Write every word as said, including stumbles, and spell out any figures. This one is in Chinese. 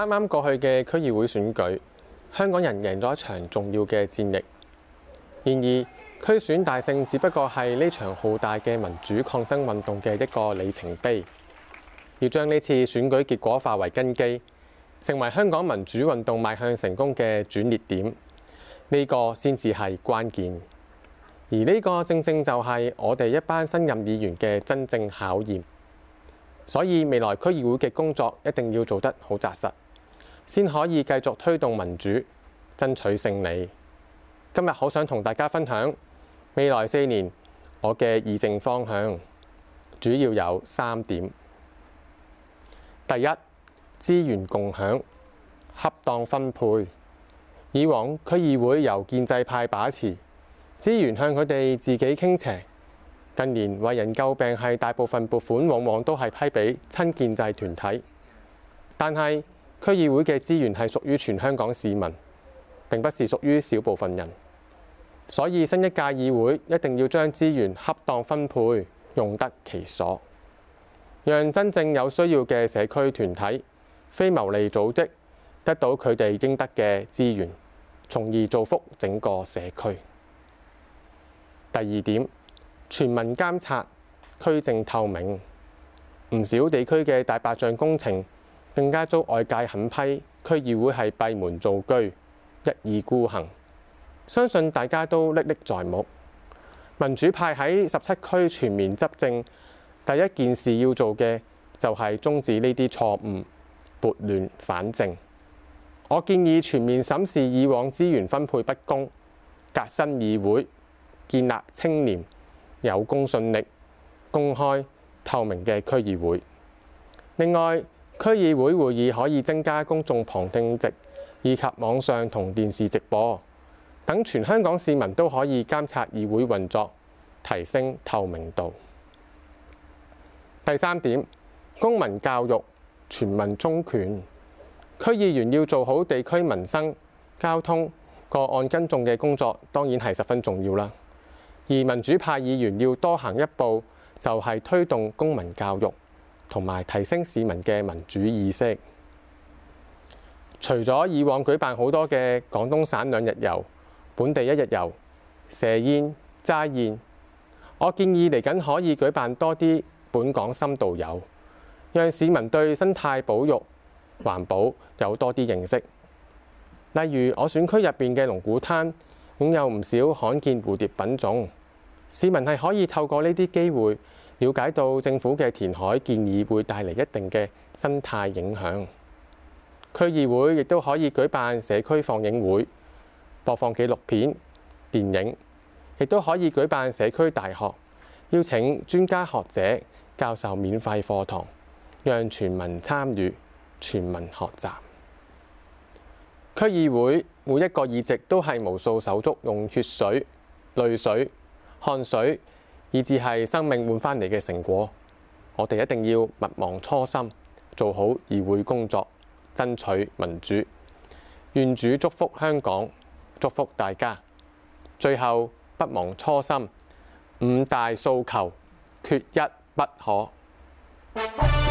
啱啱過去嘅區議會選舉，香港人贏咗一場重要嘅戰役。然而，區選大勝只不過係呢場浩大嘅民主抗爭運動嘅一個里程碑。要將呢次選舉結果化為根基，成為香港民主運動邁向成功嘅轉捩點，呢個先至係關鍵。而呢個正正就係我哋一班新任議員嘅真正考驗。所以未來區議會嘅工作一定要做得好紮實，先可以繼續推動民主，爭取勝利。今日好想同大家分享未來四年我嘅議政方向，主要有三點。第一，資源共享，恰當分配。以往區議會由建制派把持，資源向佢哋自己傾斜。近年為人詬病係大部分撥款往往都係批俾親建制團體，但係區議會嘅資源係屬於全香港市民，並不是屬於少部分人。所以新一屆議會一定要將資源恰當分配，用得其所，讓真正有需要嘅社區團體、非牟利組織得到佢哋應得嘅資源，從而造福整個社區。第二點，全民監察，區政透明。唔少地區嘅大白象工程更加遭外界狠批，區議會係閉門造車，一意孤行。相信大家都歷歷在目。民主派喺十七區全面執政，第一件事要做嘅就係終止呢啲錯誤，撥亂反正。我建議全面審視以往資源分配不公，革新議會，建立清廉、有公信力、公開、透明嘅區議會。另外，區議會會議可以增加公眾旁聽席，以及網上同電視直播，等全香港市民都可以監察議會運作，提升透明度。第三點，公民教育，全民中權。區議員要做好地區民生、交通、個案跟進嘅工作，當然係十分重要啦。而民主派議員要多行一步，就係推動公民教育，同埋提升市民嘅民主意識。除咗以往舉辦好多嘅廣東省兩日遊、本地一日遊、蛇宴、齋宴，我建議嚟緊可以舉辦多啲本港深度遊，讓市民對生態保育、環保有多啲認識。例如我選區入邊嘅龍鼓灘擁有唔少罕見蝴蝶品種，市民係可以透過呢啲機會了解到政府嘅填海建議會帶嚟一定嘅生態影響。區議會亦都可以舉辦社區放映會，播放紀錄片、電影，亦都可以舉辦社區大學，邀請專家學者教授免費課堂，讓全民參與、全民學習。區議會每一個議席都係無數手足用血水、淚水、汗水，以至係生命換翻嚟嘅成果。我哋一定要勿忘初心，做好議會工作，爭取民主。願主祝福香港，祝福大家。最後不忘初心，五大訴求，缺一不可。